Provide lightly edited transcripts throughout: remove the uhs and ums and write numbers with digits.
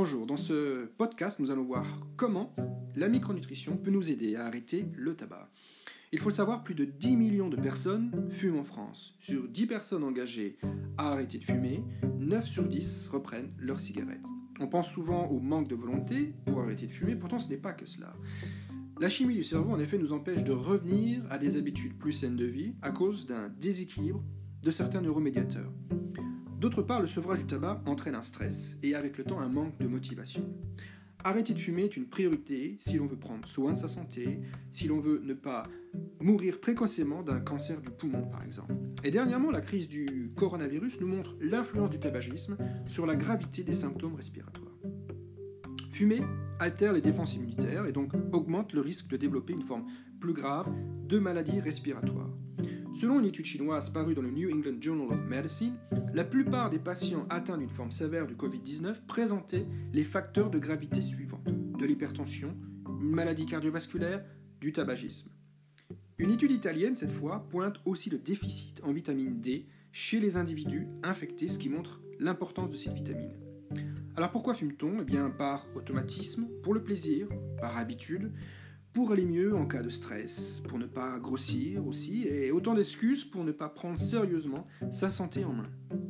Bonjour, dans ce podcast, nous allons voir comment la micronutrition peut nous aider à arrêter le tabac. Il faut le savoir, plus de 10 millions de personnes fument en France. Sur 10 personnes engagées à arrêter de fumer, 9 sur 10 reprennent leur cigarette. On pense souvent au manque de volonté pour arrêter de fumer, pourtant ce n'est pas que cela. La chimie du cerveau, en effet, nous empêche de revenir à des habitudes plus saines de vie à cause d'un déséquilibre de certains neuromédiateurs. D'autre part, le sevrage du tabac entraîne un stress et avec le temps un manque de motivation. Arrêter de fumer est une priorité si l'on veut prendre soin de sa santé, si l'on veut ne pas mourir précocement d'un cancer du poumon par exemple. Et dernièrement, la crise du coronavirus nous montre l'influence du tabagisme sur la gravité des symptômes respiratoires. Fumer altère les défenses immunitaires et donc augmente le risque de développer une forme plus grave de maladie respiratoire. Selon une étude chinoise parue dans le New England Journal of Medicine, la plupart des patients atteints d'une forme sévère du Covid-19 présentaient les facteurs de gravité suivants: de l'hypertension, une maladie cardiovasculaire, du tabagisme. Une étude italienne, cette fois, pointe aussi le déficit en vitamine D chez les individus infectés, ce qui montre l'importance de cette vitamine. Alors pourquoi fume-t-on ? Eh bien par automatisme, pour le plaisir, par habitude, pour aller mieux en cas de stress, pour ne pas grossir aussi, et autant d'excuses pour ne pas prendre sérieusement sa santé en main.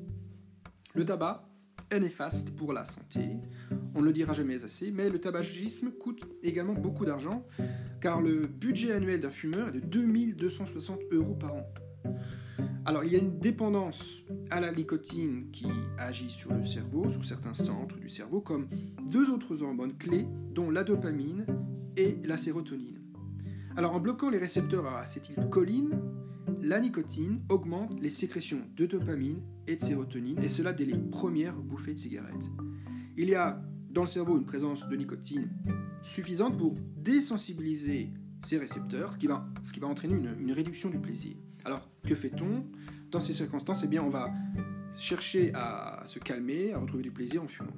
Le tabac est néfaste pour la santé, on ne le dira jamais assez, mais le tabagisme coûte également beaucoup d'argent, car le budget annuel d'un fumeur est de 2260 € par an. Alors, il y a une dépendance à la nicotine qui agit sur le cerveau, sur certains centres du cerveau, comme deux autres hormones clés, dont la dopamine et la sérotonine. Alors, en bloquant les récepteurs à acétylcholine, la nicotine augmente les sécrétions de dopamine et de sérotonine, et cela dès les premières bouffées de cigarette. Il y a dans le cerveau une présence de nicotine suffisante pour désensibiliser ces récepteurs, ce qui va entraîner une réduction du plaisir. Alors, que fait-on dans ces circonstances ? Eh bien, on va chercher à se calmer, à retrouver du plaisir en fumant.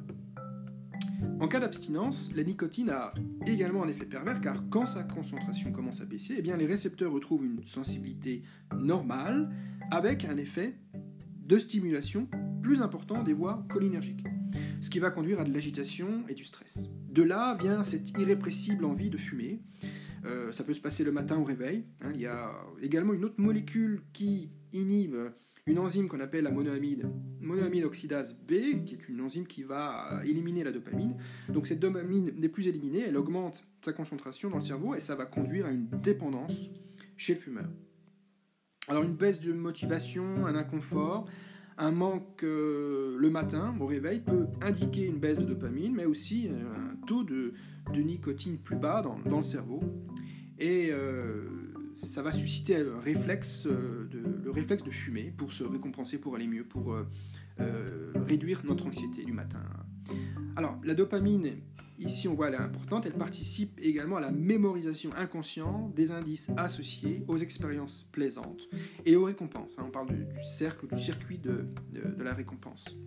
En cas d'abstinence, la nicotine a également un effet pervers, car quand sa concentration commence à baisser, eh bien, les récepteurs retrouvent une sensibilité normale, avec un effet de stimulation plus important des voies cholinergiques, ce qui va conduire à de l'agitation et du stress. De là vient cette irrépressible envie de fumer. Ça peut se passer le matin au réveil. Il y a également une autre molécule qui inhibe une enzyme qu'on appelle la monoamide oxydase B, qui est une enzyme qui va éliminer la dopamine. Donc cette dopamine n'est plus éliminée, elle augmente sa concentration dans le cerveau et ça va conduire à une dépendance chez le fumeur. Alors une baisse de motivation, un inconfort, un manque le matin au réveil peut indiquer une baisse de dopamine, mais aussi un taux de nicotine plus bas dans le cerveau. Et ça va susciter le réflexe de fumer pour se récompenser, pour aller mieux, pour réduire notre anxiété du matin. Alors, la dopamine, ici on voit elle est importante, elle participe également à la mémorisation inconsciente des indices associés aux expériences plaisantes et aux récompenses. On parle du cercle, du circuit de la récompense.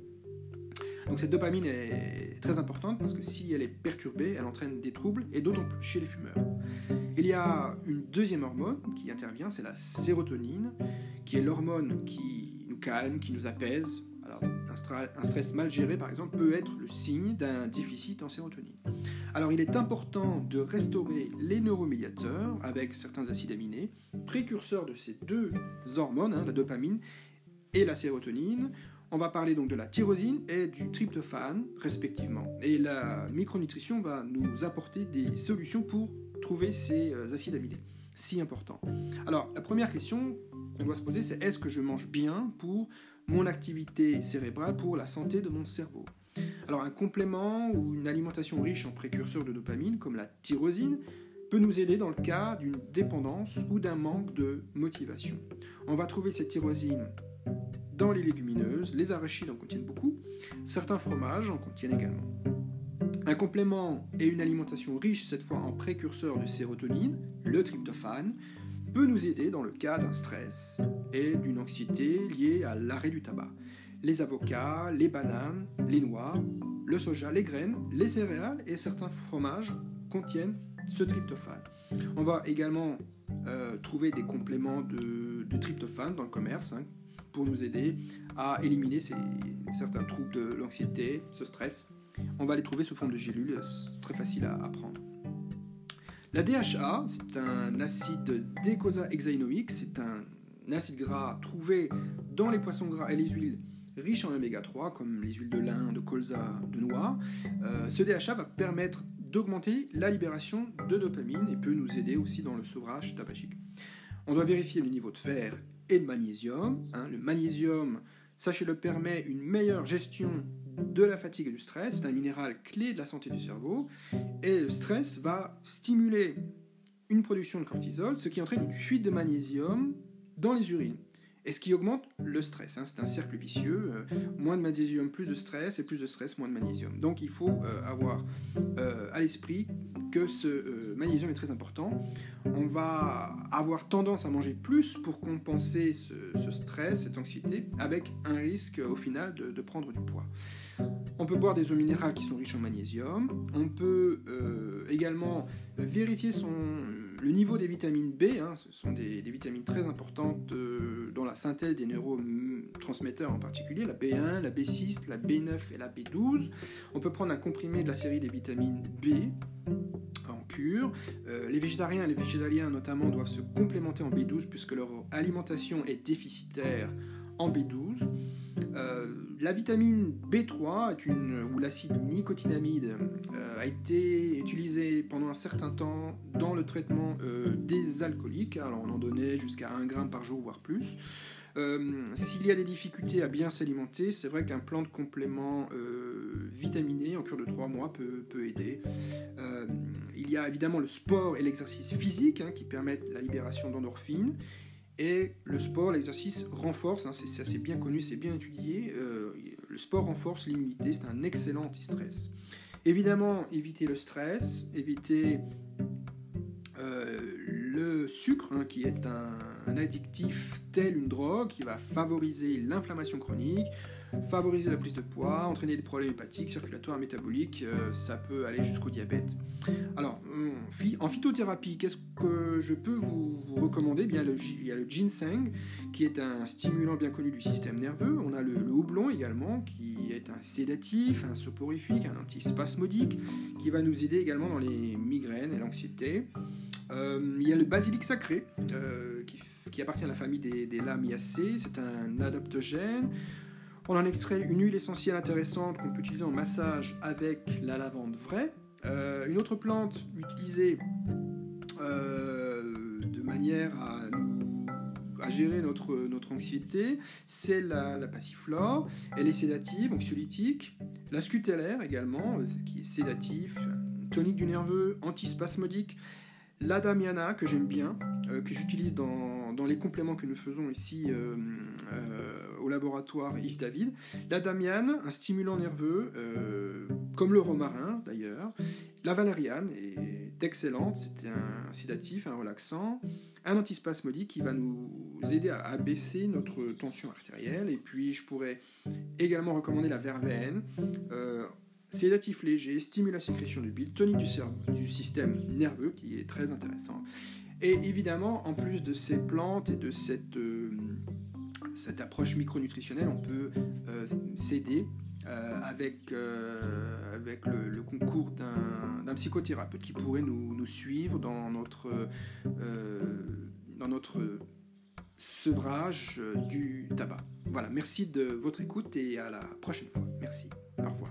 Donc cette dopamine est très importante parce que si elle est perturbée, elle entraîne des troubles, et d'autant plus chez les fumeurs. Il y a une deuxième hormone qui intervient, c'est la sérotonine, qui est l'hormone qui nous calme, qui nous apaise. Alors, un stress mal géré, par exemple, peut être le signe d'un déficit en sérotonine. Alors, il est important de restaurer les neuromédiateurs avec certains acides aminés, précurseurs de ces deux hormones, la dopamine et la sérotonine. On va parler donc de la tyrosine et du tryptophane, respectivement. Et la micronutrition va nous apporter des solutions pour trouver ces acides aminés, si importants. Alors, la première question qu'on doit se poser, c'est: est-ce que je mange bien pour mon activité cérébrale, pour la santé de mon cerveau ? Alors, un complément ou une alimentation riche en précurseurs de dopamine, comme la tyrosine, peut nous aider dans le cas d'une dépendance ou d'un manque de motivation. On va trouver cette tyrosine dans les légumineuses, les arachides en contiennent beaucoup, certains fromages en contiennent également. Un complément et une alimentation riche, cette fois en précurseurs de sérotonine, le tryptophane, peut nous aider dans le cas d'un stress et d'une anxiété liée à l'arrêt du tabac. Les avocats, les bananes, les noix, le soja, les graines, les céréales et certains fromages contiennent ce tryptophane. On va également trouver des compléments de tryptophane dans le commerce, pour nous aider à éliminer certains troubles de l'anxiété, ce stress, On va les trouver sous forme de gélules, c'est très facile à prendre. La DHA, c'est un acide décosa-hexaénoïque, c'est un acide gras trouvé dans les poissons gras et les huiles riches en oméga 3, comme les huiles de lin, de colza, de noix. Ce DHA va permettre d'augmenter la libération de dopamine et peut nous aider aussi dans le sevrage tabagique. On doit vérifier le niveau de fer et de magnésium. Le magnésium, sachez-le, permet une meilleure gestion de la fatigue et du stress. C'est un minéral clé de la santé du cerveau. Et le stress va stimuler une production de cortisol, ce qui entraîne une fuite de magnésium dans les urines. Et ce qui augmente le stress. C'est un cercle vicieux. Moins de magnésium, plus de stress, et plus de stress, moins de magnésium. Donc il faut avoir à l'esprit que ce magnésium est très important. On va avoir tendance à manger plus pour compenser ce stress, cette anxiété, avec un risque au final de prendre du poids. On peut boire des eaux minérales qui sont riches en magnésium. On peut également vérifier le niveau des vitamines B. Ce sont des vitamines très importantes dans la synthèse des neurotransmetteurs en particulier, la B1, la B6, la B9 et la B12. On peut prendre un comprimé de la série des vitamines B en cure. Les végétariens et les végétaliens notamment doivent se complémenter en B12 puisque leur alimentation est déficitaire en B12. La vitamine B3, ou l'acide nicotinamide, a été utilisé pendant un certain temps dans le traitement des alcooliques. Alors on en donnait jusqu'à 1 gramme par jour, voire plus. S'il y a des difficultés à bien s'alimenter, c'est vrai qu'un plan de complément vitaminé en cure de 3 mois peut aider. Il y a évidemment le sport et l'exercice physique qui permettent la libération d'endorphines. Et le sport, l'exercice renforce, c'est assez bien connu, c'est bien étudié, le sport renforce l'immunité, c'est un excellent anti-stress. Évidemment, éviter le stress, éviter le sucre, qui est un addictif tel une drogue, qui va favoriser l'inflammation chronique, favoriser la prise de poids, entraîner des problèmes hépatiques, circulatoires, métaboliques, ça peut aller jusqu'au diabète. Alors, en phytothérapie, qu'est-ce que je peux vous recommander ? Il y a le ginseng, qui est un stimulant bien connu du système nerveux. On a le houblon également, qui est un sédatif, un soporifique, un antispasmodique, qui va nous aider également dans les migraines et l'anxiété. Il y a le basilic sacré, qui appartient à la famille des Lamiaceae. C'est un adaptogène. On en extrait une huile essentielle intéressante qu'on peut utiliser en massage avec la lavande vraie. Une autre plante utilisée de manière à gérer notre anxiété, c'est la passiflore. Elle est sédative, anxiolytique. La scutellaire également, qui est sédatif, tonique du nerveux, antispasmodique. La damiana, que j'aime bien, que j'utilise dans les compléments que nous faisons ici au laboratoire Yves David. La damiane, un stimulant nerveux, comme le romarin d'ailleurs. La valériane est excellente, c'est un sédatif, un relaxant, un antispasmodique qui va nous aider à abaisser notre tension artérielle. Et puis je pourrais également recommander la verveine, sédatif léger, stimule la sécrétion du bile, tonique du système nerveux qui est très intéressant. Et évidemment, en plus de ces plantes et de cette approche micronutritionnelle, on peut s'aider avec le concours d'un psychothérapeute qui pourrait nous suivre dans notre sevrage du tabac. Voilà, merci de votre écoute et à la prochaine fois. Merci, au revoir.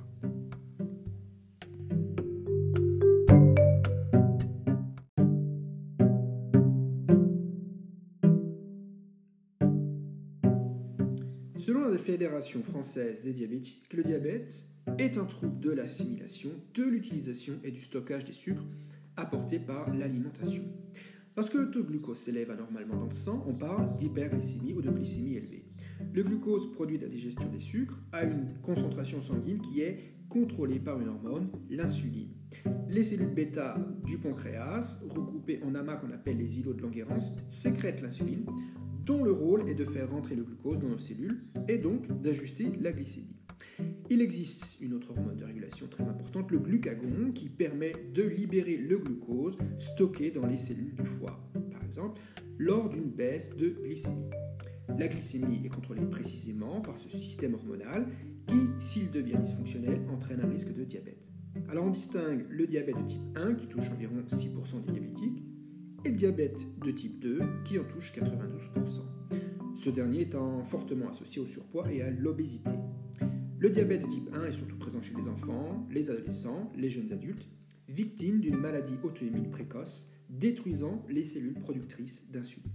Selon la Fédération française des diabétiques, le diabète est un trouble de l'assimilation, de l'utilisation et du stockage des sucres apportés par l'alimentation. Lorsque le taux de glucose s'élève anormalement dans le sang, on parle d'hyperglycémie ou de glycémie élevée. Le glucose, produit de la digestion des sucres, a une concentration sanguine qui est contrôlée par une hormone, l'insuline. Les cellules bêta du pancréas, regroupées en amas qu'on appelle les îlots de Langerhans, sécrètent l'insuline, dont le rôle est de faire rentrer le glucose dans nos cellules et donc d'ajuster la glycémie. Il existe une autre hormone de régulation très importante, le glucagon, qui permet de libérer le glucose stocké dans les cellules du foie, par exemple, lors d'une baisse de glycémie. La glycémie est contrôlée précisément par ce système hormonal qui, s'il devient dysfonctionnel, entraîne un risque de diabète. Alors on distingue le diabète de type 1 qui touche environ 6% des diabétiques et le diabète de type 2 qui en touche 92%. Ce dernier étant fortement associé au surpoids et à l'obésité. Le diabète de type 1 est surtout présent chez les enfants, les adolescents, les jeunes adultes, victimes d'une maladie auto-immune précoce détruisant les cellules productrices d'insuline.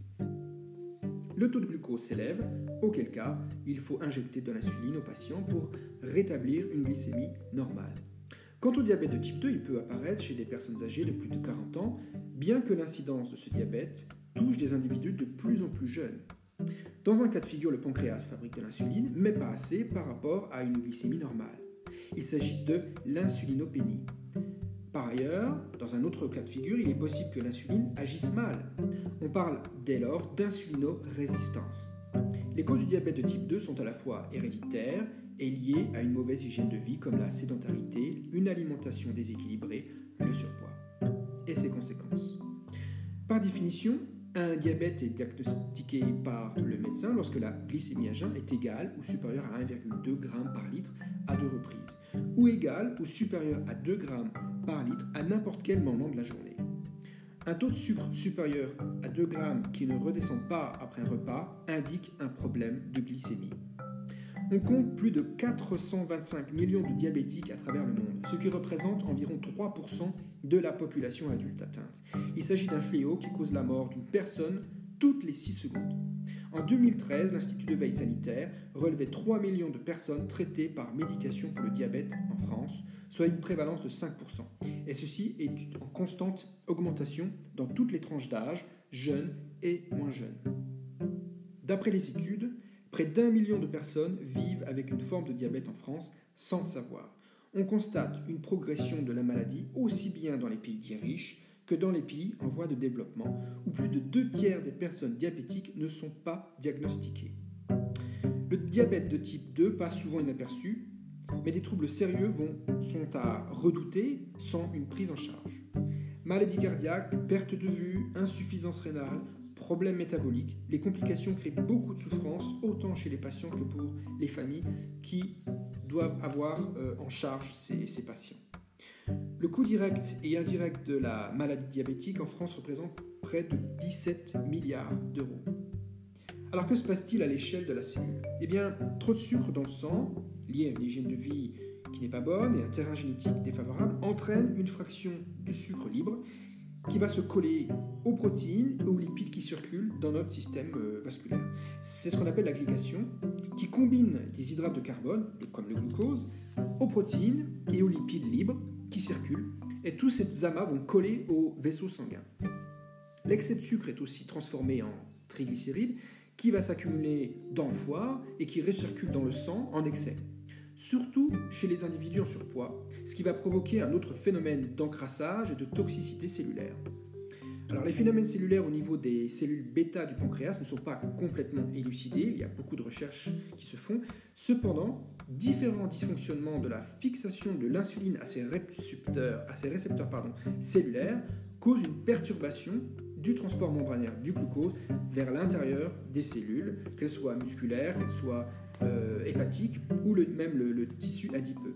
Le taux de glucose s'élève, auquel cas il faut injecter de l'insuline aux patients pour rétablir une glycémie normale. Quant au diabète de type 2, il peut apparaître chez des personnes âgées de plus de 40 ans, bien que l'incidence de ce diabète touche des individus de plus en plus jeunes. Dans un cas de figure, le pancréas fabrique de l'insuline, mais pas assez par rapport à une glycémie normale. Il s'agit de l'insulinopénie. Par ailleurs, dans un autre cas de figure, il est possible que l'insuline agisse mal. On parle dès lors d'insulinorésistance. Les causes du diabète de type 2 sont à la fois héréditaires et liées à une mauvaise hygiène de vie comme la sédentarité, une alimentation déséquilibrée, le surpoids et ses conséquences. Par définition, un diabète est diagnostiqué par le médecin lorsque la glycémie à jeun est égale ou supérieure à 1,2 g par litre à 2 reprises, ou égale ou supérieure à 2 g par litre à n'importe quel moment de la journée. Un taux de sucre supérieur à 2 g qui ne redescend pas après un repas indique un problème de glycémie. On compte plus de 425 millions de diabétiques à travers le monde, ce qui représente environ 3% de la population adulte atteinte. Il s'agit d'un fléau qui cause la mort d'une personne toutes les 6 secondes. En 2013, l'Institut de veille sanitaire relevait 3 millions de personnes traitées par médication pour le diabète en France, soit une prévalence de 5%. Et ceci est en constante augmentation dans toutes les tranches d'âge, jeunes et moins jeunes. D'après les études, près d'1 million de personnes vivent avec une forme de diabète en France sans le savoir. On constate une progression de la maladie aussi bien dans les pays dits riches que dans les pays en voie de développement, où plus de 2/3 des personnes diabétiques ne sont pas diagnostiquées. Le diabète de type 2 passe souvent inaperçu, mais des troubles sérieux sont à redouter sans une prise en charge. Maladie cardiaque, perte de vue, insuffisance rénale, problèmes métaboliques, les complications créent beaucoup de souffrance, autant chez les patients que pour les familles qui doivent avoir en charge ces patients. Le coût direct et indirect de la maladie diabétique en France représente près de 17 milliards d'euros. Alors que se passe-t-il à l'échelle de la cellule ? Eh bien, trop de sucre dans le sang, lié à une hygiène de vie qui n'est pas bonne et un terrain génétique défavorable, entraîne une fraction de sucre libre qui va se coller aux protéines et aux lipides qui circulent dans notre système vasculaire. C'est ce qu'on appelle la glycation, qui combine des hydrates de carbone, comme le glucose, aux protéines et aux lipides libres qui circulent, et tous ces amas vont coller aux vaisseaux sanguins. L'excès de sucre est aussi transformé en triglycérides, qui va s'accumuler dans le foie et qui recircule dans le sang en excès. Surtout chez les individus en surpoids, ce qui va provoquer un autre phénomène d'encrassage et de toxicité cellulaire. Alors les phénomènes cellulaires au niveau des cellules bêta du pancréas ne sont pas complètement élucidés, il y a beaucoup de recherches qui se font. Cependant, différents dysfonctionnements de la fixation de l'insuline à ces récepteurs cellulaires causent une perturbation du transport membranaire du glucose vers l'intérieur des cellules, qu'elles soient musculaires, qu'elles soient hépatiques ou même le tissu adipeux.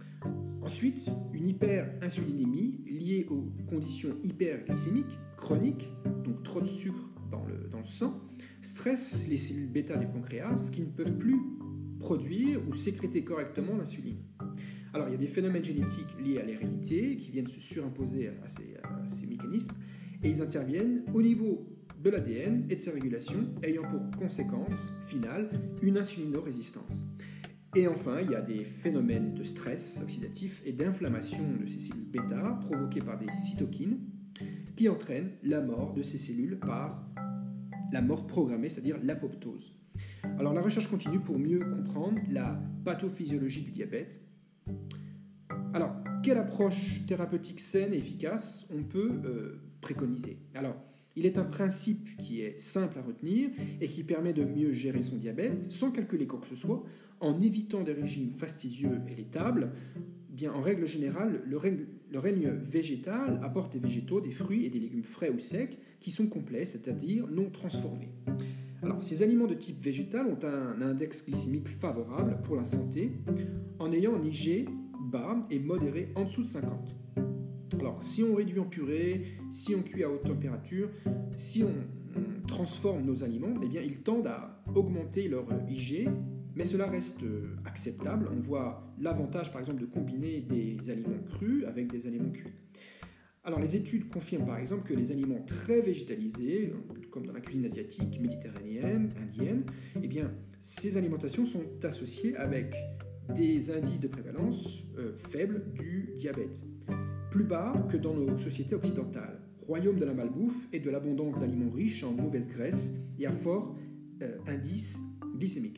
Ensuite, une hyperinsulinémie liée aux conditions hyperglycémiques chroniques, donc trop de sucre dans le sang, stresse les cellules bêta du pancréas qui ne peuvent plus produire ou sécréter correctement l'insuline. Alors, il y a des phénomènes génétiques liés à l'hérédité qui viennent se surimposer à ces mécanismes et ils interviennent au niveau de l'ADN et de sa régulation, ayant pour conséquence finale une insulinorésistance. Et enfin, il y a des phénomènes de stress oxydatif et d'inflammation de ces cellules bêta provoqués par des cytokines qui entraînent la mort de ces cellules par la mort programmée, c'est-à-dire l'apoptose. Alors la recherche continue pour mieux comprendre la pathophysiologie du diabète. Alors, quelle approche thérapeutique saine et efficace on peut préconiser ? Alors, il est un principe qui est simple à retenir et qui permet de mieux gérer son diabète sans calculer quoi que ce soit, en évitant des régimes fastidieux et laitables. Bien, en règle générale, le règne végétal apporte des végétaux, des fruits et des légumes frais ou secs qui sont complets, c'est-à-dire non transformés. Alors, ces aliments de type végétal ont un index glycémique favorable pour la santé en ayant un IG bas et modéré en dessous de 50. Alors, si on réduit en purée, si on cuit à haute température, si on transforme nos aliments, eh bien, ils tendent à augmenter leur IG, mais cela reste acceptable. On voit l'avantage, par exemple, de combiner des aliments crus avec des aliments cuits. Alors, les études confirment, par exemple, que les aliments très végétalisés, comme dans la cuisine asiatique, méditerranéenne, indienne, eh bien, ces alimentations sont associées avec des indices de prévalence faibles du diabète, plus bas que dans nos sociétés occidentales, royaume de la malbouffe et de l'abondance d'aliments riches en mauvaise graisse et à fort indice glycémique.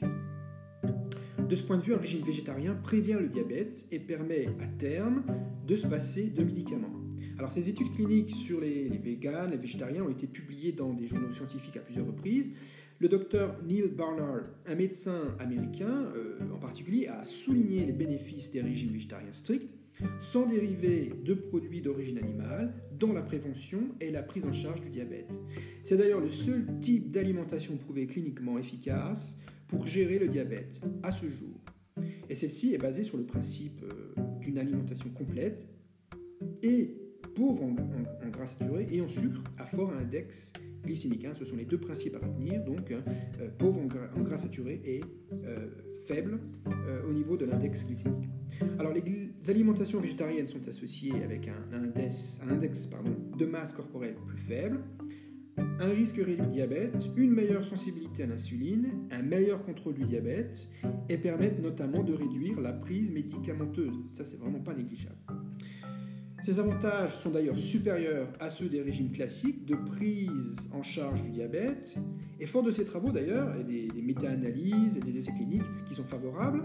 De ce point de vue, un régime végétarien prévient le diabète et permet à terme de se passer de médicaments. Alors, ces études cliniques sur les véganes, les végétariens, ont été publiées dans des journaux scientifiques à plusieurs reprises. Le docteur Neil Barnard, un médecin américain en particulier, a souligné les bénéfices des régimes végétariens stricts, sans dérivés de produits d'origine animale, dans la prévention et la prise en charge du diabète. C'est d'ailleurs le seul type d'alimentation prouvé cliniquement efficace pour gérer le diabète à ce jour. Et celle-ci est basée sur le principe d'une alimentation complète et pauvre en gras saturés et en sucre à fort index glycémique. Ce sont les deux principes à retenir, donc pauvre en gras saturés et faible au niveau de l'index glycémique. Alors, les alimentations végétariennes sont associées avec un index de masse corporelle plus faible, un risque réduit de diabète, une meilleure sensibilité à l'insuline, un meilleur contrôle du diabète et permettent notamment de réduire la prise médicamenteuse. Ça, c'est vraiment pas négligeable. Ces avantages sont d'ailleurs supérieurs à ceux des régimes classiques de prise en charge du diabète. Et fort de ces travaux d'ailleurs, et des méta-analyses et des essais cliniques qui sont favorables,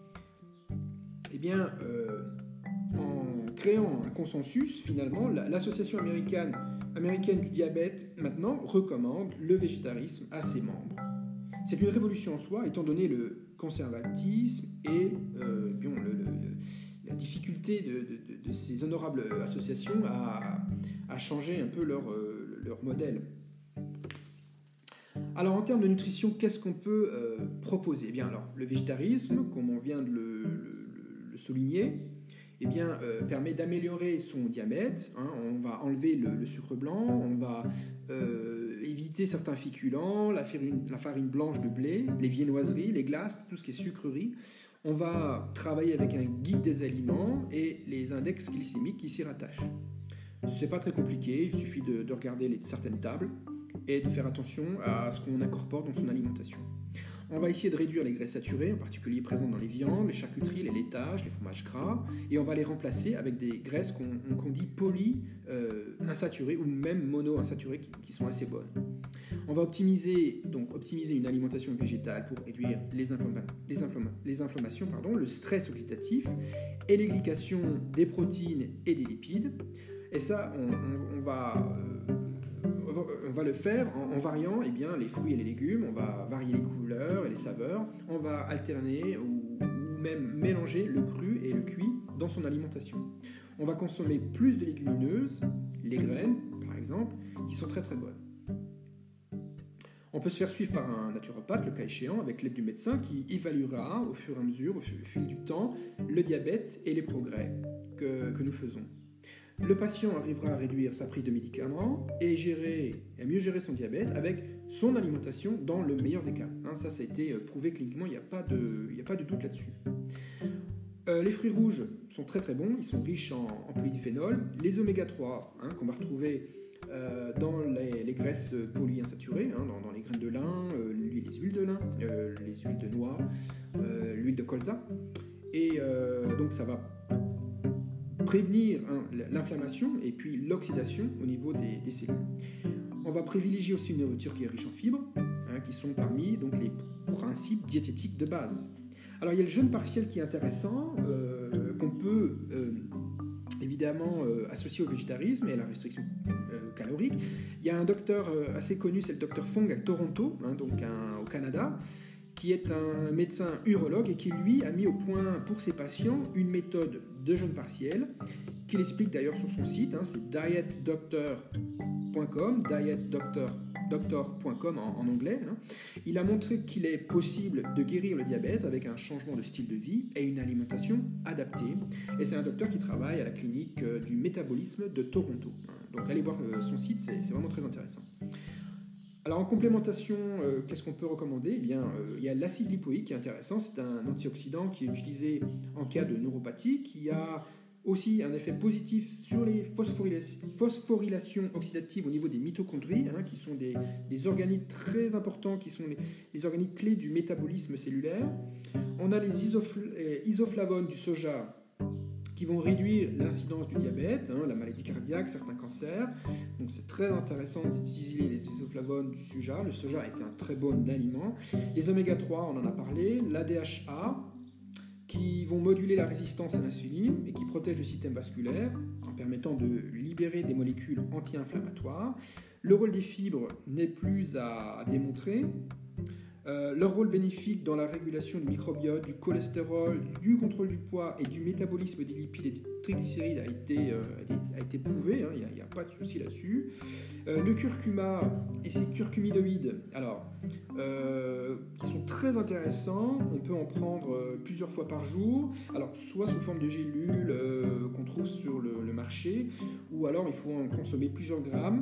eh bien, en créant un consensus, finalement, l'Association américaine du diabète, maintenant, recommande le végétarisme à ses membres. C'est une révolution en soi, étant donné le conservatisme et la difficulté de ces honorables associations à changer un peu leur modèle. Alors, en termes de nutrition, qu'est-ce qu'on peut proposer ? Eh bien, alors, le végétarisme, comme on vient de le souligner, eh bien, permet d'améliorer son diabète. On va enlever le sucre blanc, on va éviter certains féculents, la farine blanche de blé, les viennoiseries, les glaces, tout ce qui est sucrerie. On va travailler avec un guide des aliments et les index glycémiques qui s'y rattachent. C'est pas très compliqué, il suffit de regarder certaines tables et de faire attention à ce qu'on incorpore dans son alimentation. On va essayer de réduire les graisses saturées, en particulier présentes dans les viandes, les charcuteries, les laitages, les fromages gras, et on va les remplacer avec des graisses qu'on dit polyinsaturées ou même monoinsaturées qui sont assez bonnes. On va optimiser une alimentation végétale pour réduire les inflammations, le stress oxydatif et les glycations des protéines et des lipides. Et ça, on va le faire en variant les fruits et les légumes, on va varier les couleurs et les saveurs, on va alterner ou même mélanger le cru et le cuit dans son alimentation. On va consommer plus de légumineuses, les graines par exemple, qui sont très très bonnes. On peut se faire suivre par un naturopathe, le cas échéant, avec l'aide du médecin qui évaluera au fur et à mesure, au fil du temps, le diabète et les progrès que nous faisons. Le patient arrivera à réduire sa prise de médicaments et à mieux gérer son diabète avec son alimentation dans le meilleur des cas. Ça a été prouvé cliniquement, il n'y a pas de doute là-dessus. Les fruits rouges sont très très bons, ils sont riches en polyphénol. Les oméga 3 qu'on va retrouver dans les graisses polyinsaturées, dans les graines de lin, les huiles de lin, les huiles de noix, l'huile de colza. Et donc ça va prévenir l'inflammation et puis l'oxydation au niveau des cellules. On va privilégier aussi une nourriture qui est riche en fibres, qui sont parmi donc, les principes diététiques de base. Alors il y a le jeûne partiel qui est intéressant, qu'on peut évidemment associé au végétarisme et à la restriction calorique. Il y a un docteur assez connu, c'est le docteur Fong à Toronto, au Canada, qui est un médecin urologue et qui, lui, a mis au point pour ses patients une méthode de jeûne partiel, qu'il explique d'ailleurs sur son site, c'est dietdoctor.com, doctor.com en anglais. Il a montré qu'il est possible de guérir le diabète avec un changement de style de vie et une alimentation adaptée. Et c'est un docteur qui travaille à la clinique du métabolisme de Toronto. Donc allez voir son site, c'est vraiment très intéressant. Alors en complémentation, qu'est-ce qu'on peut recommander ? Eh bien, il y a l'acide lipoïque qui est intéressant. C'est un antioxydant qui est utilisé en cas de neuropathie, qui a aussi un effet positif sur les phosphorylations oxydatives au niveau des mitochondries, qui sont des organites très importants, qui sont les organites clés du métabolisme cellulaire. On a les isoflavones du soja qui vont réduire l'incidence du diabète, la maladie cardiaque, certains cancers. Donc c'est très intéressant d'utiliser les isoflavones du soja. Le soja est un très bon aliment. Les oméga 3, on en a parlé. L'ADHA, qui vont moduler la résistance à l'insuline et qui protègent le système vasculaire en permettant de libérer des molécules anti-inflammatoires. Le rôle des fibres n'est plus à démontrer. Leur rôle bénéfique dans la régulation du microbiote, du cholestérol, du contrôle du poids et du métabolisme des lipides et des triglycérides a été prouvé, il n'y a pas de souci là-dessus. Le curcuma et ses curcumidoïdes, qui sont très intéressants, on peut en prendre plusieurs fois par jour, alors soit sous forme de gélules qu'on trouve sur le marché, ou alors il faut en consommer plusieurs grammes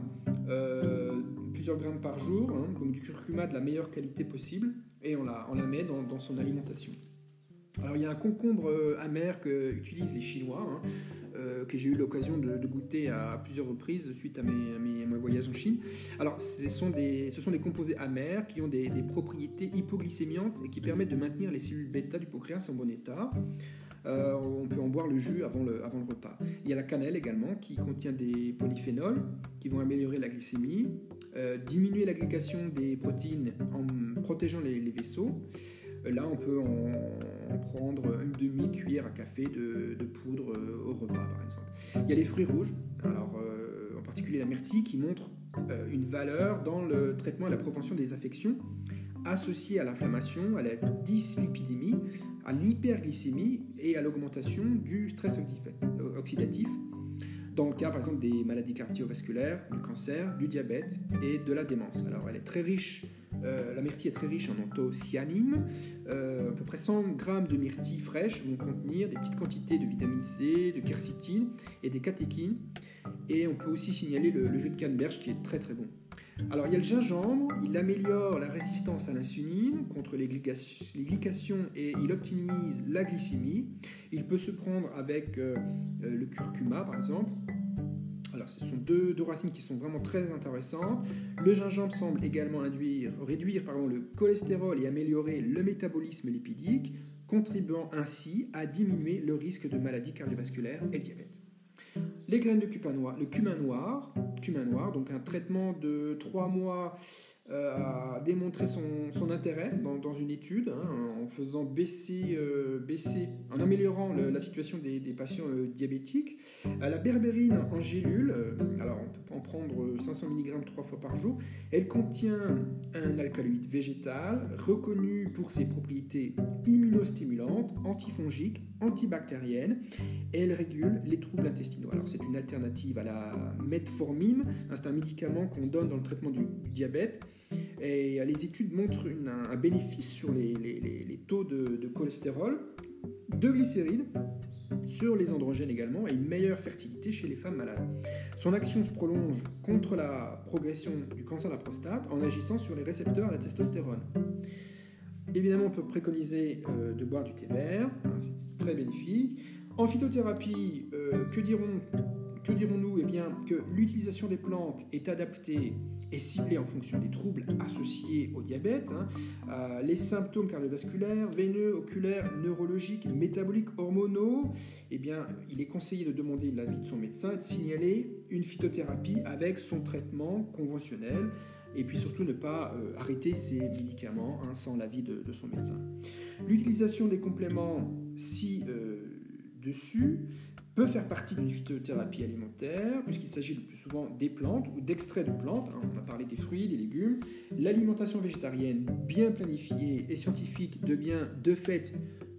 par jour, donc du curcuma de la meilleure qualité possible, et on la met dans son alimentation. Alors il y a un concombre amer qu'utilisent les Chinois, que j'ai eu l'occasion de goûter à plusieurs reprises suite à mes voyages en Chine. Alors ce sont des composés amers qui ont des propriétés hypoglycémiantes et qui permettent de maintenir les cellules bêta du pancréas en bon état. On peut en boire le jus avant le repas. Il y a la cannelle également qui contient des polyphénols qui vont améliorer la glycémie, diminuer l'agrégation des protéines en protégeant les vaisseaux. Là, on peut en prendre une demi-cuillère à café de poudre au repas, par exemple. Il y a les fruits rouges, en particulier la myrtille, qui montre une valeur dans le traitement et la prévention des affections associées à l'inflammation, à la dyslipidémie, à l'hyperglycémie et à l'augmentation du stress oxydatif, dans le cas par exemple des maladies cardiovasculaires, du cancer, du diabète et de la démence. Alors elle est très riche, la myrtille est très riche en anthocyanine. À peu près 100 grammes de myrtille fraîche vont contenir des petites quantités de vitamine C, de quercétine et des catéchines. Et on peut aussi signaler le jus de canneberge qui est très très bon. Alors il y a le gingembre, il améliore la résistance à l'insuline contre les glycations et il optimise la glycémie. Il peut se prendre avec le curcuma par exemple. Alors ce sont deux racines qui sont vraiment très intéressantes. Le gingembre semble également réduire le cholestérol et améliorer le métabolisme lipidique, contribuant ainsi à diminuer le risque de maladies cardiovasculaires et le diabète. Les graines de le cumin noir, donc un traitement de 3 mois a démontré son intérêt dans une étude, en faisant en améliorant la situation des patients diabétiques. La berbérine en gélule, alors on peut en prendre 500 mg 3 fois par jour. Elle contient un alcaloïde végétal reconnu pour ses propriétés immunostimulantes, antifongiques, antibactériennes, et elle régule les troubles intestinaux. Alors c'est une alternative à la metformine, c'est un médicament qu'on donne dans le traitement du diabète. Et les études montrent un bénéfice sur les taux de cholestérol, de glycérine, sur les androgènes également, et une meilleure fertilité chez les femmes malades. Son action se prolonge contre la progression du cancer de la prostate en agissant sur les récepteurs à la testostérone. Évidemment, on peut préconiser de boire du thé vert, c'est très bénéfique. En phytothérapie, que dirons-nous ? Eh bien, que l'utilisation des plantes est adaptée et ciblée en fonction des troubles associés au diabète, les symptômes cardiovasculaires, veineux, oculaires, neurologiques, métaboliques, hormonaux. Eh bien, il est conseillé de demander l'avis de son médecin et de signaler une phytothérapie avec son traitement conventionnel. Et puis surtout ne pas arrêter ces médicaments sans l'avis de son médecin. L'utilisation des compléments ci-dessus peut faire partie d'une phytothérapie alimentaire, puisqu'il s'agit le plus souvent des plantes ou d'extraits de plantes. On a parlé des fruits, des légumes. L'alimentation végétarienne bien planifiée et scientifique devient de fait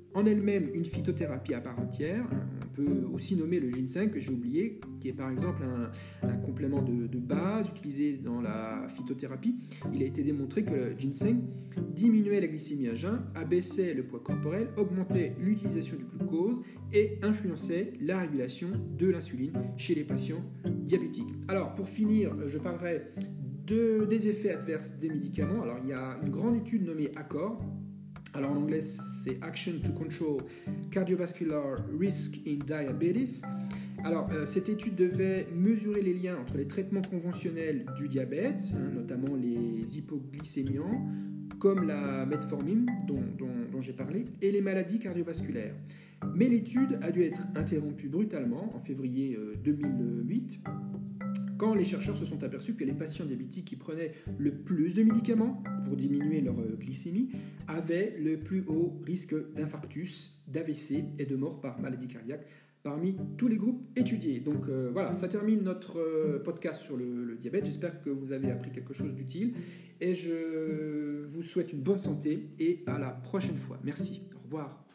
en elle-même une phytothérapie à part entière. On peut aussi nommer le ginseng, que j'ai oublié, qui est par exemple un complément de base utilisé dans la phytothérapie. Il a été démontré que le ginseng diminuait la glycémie à jeun, abaissait le poids corporel, augmentait l'utilisation du glucose et influençait la régulation de l'insuline chez les patients diabétiques. Alors, pour finir, je parlerai des effets adverses des médicaments. Alors, il y a une grande étude nommée ACCORD. Alors, en anglais, c'est Action to Control Cardiovascular Risk in Diabetes. Alors, cette étude devait mesurer les liens entre les traitements conventionnels du diabète, notamment les hypoglycémiants, comme la metformine dont j'ai parlé, et les maladies cardiovasculaires. Mais l'étude a dû être interrompue brutalement en février 2008, quand les chercheurs se sont aperçus que les patients diabétiques qui prenaient le plus de médicaments pour diminuer leur glycémie avaient le plus haut risque d'infarctus, d'AVC et de mort par maladie cardiaque parmi tous les groupes étudiés. Donc voilà, ça termine notre podcast sur le diabète. J'espère que vous avez appris quelque chose d'utile et je vous souhaite une bonne santé et à la prochaine fois. Merci. Au revoir.